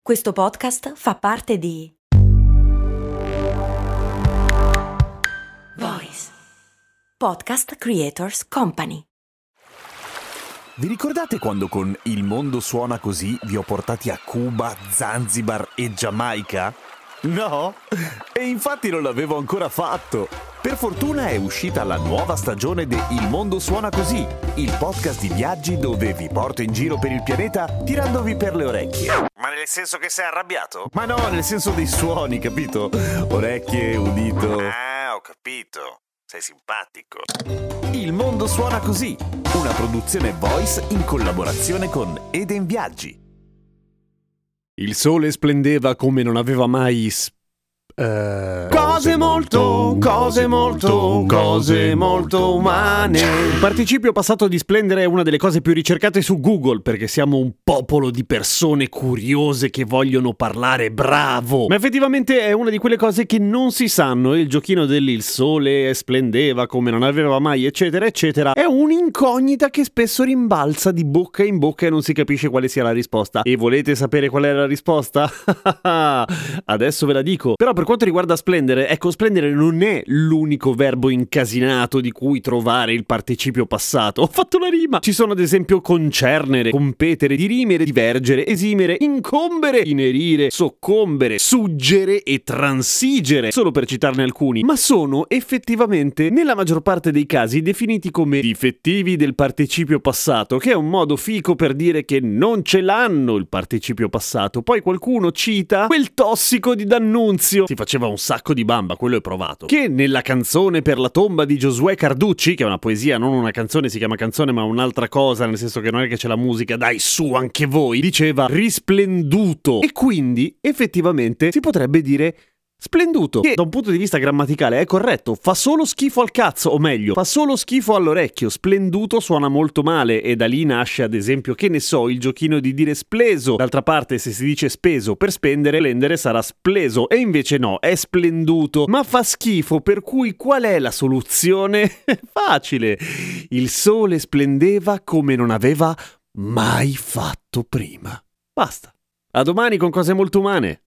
Questo podcast fa parte di Voice Podcast Creators Company. Vi ricordate quando con Il mondo suona così vi ho portati a Cuba, Zanzibar e Giamaica? No? E infatti non l'avevo ancora fatto. Per fortuna è uscita la nuova stagione di Il mondo suona così, il podcast di viaggi dove vi porto in giro per il pianeta tirandovi per le orecchie. Ma nel senso che sei arrabbiato? Ma no, nel senso dei suoni, capito? Orecchie, udito. Ah, ho capito. Sei simpatico. Il mondo suona così, una produzione Voice in collaborazione con Eden Viaggi. Il sole splendeva come non aveva mai cose molto umane. Il participio passato di splendere è una delle cose più ricercate su Google, perché siamo un popolo di persone curiose che vogliono parlare bravo. Ma effettivamente è una di quelle cose che non si sanno, e il giochino il sole splendeva come non aveva mai eccetera eccetera è un'incognita che spesso rimbalza di bocca in bocca e non si capisce quale sia la risposta. E volete sapere qual è la risposta? Adesso ve la dico. Però per quanto riguarda splendere, ecco, splendere non è l'unico verbo incasinato di cui trovare il participio passato. Ho fatto la rima! Ci sono ad esempio concernere, competere, dirimere, divergere, esimere, incombere, inerire, soccombere, suggere e transigere, solo per citarne alcuni. Ma sono effettivamente, nella maggior parte dei casi, definiti come difettivi del participio passato, che è un modo fico per dire che non ce l'hanno il participio passato. Poi qualcuno cita quel tossico di D'Annunzio. Si faceva un sacco di bamba, quello è provato. Che nella canzone per la tomba di Giosuè Carducci, che è una poesia, non una canzone, si chiama canzone ma un'altra cosa, nel senso che non è che c'è la musica, dai su anche voi, diceva risplenduto. E quindi effettivamente si potrebbe dire splenduto, che da un punto di vista grammaticale è corretto, fa solo schifo al cazzo, o meglio, fa solo schifo all'orecchio. Splenduto suona molto male e da lì nasce ad esempio, che ne so, il giochino di dire spleso. D'altra parte, se si dice speso per spendere, splendere sarà spleso, e invece no, è splenduto, ma fa schifo, per cui qual è la soluzione? Facile, il sole splendeva come non aveva mai fatto prima. Basta. A domani con cose molto umane.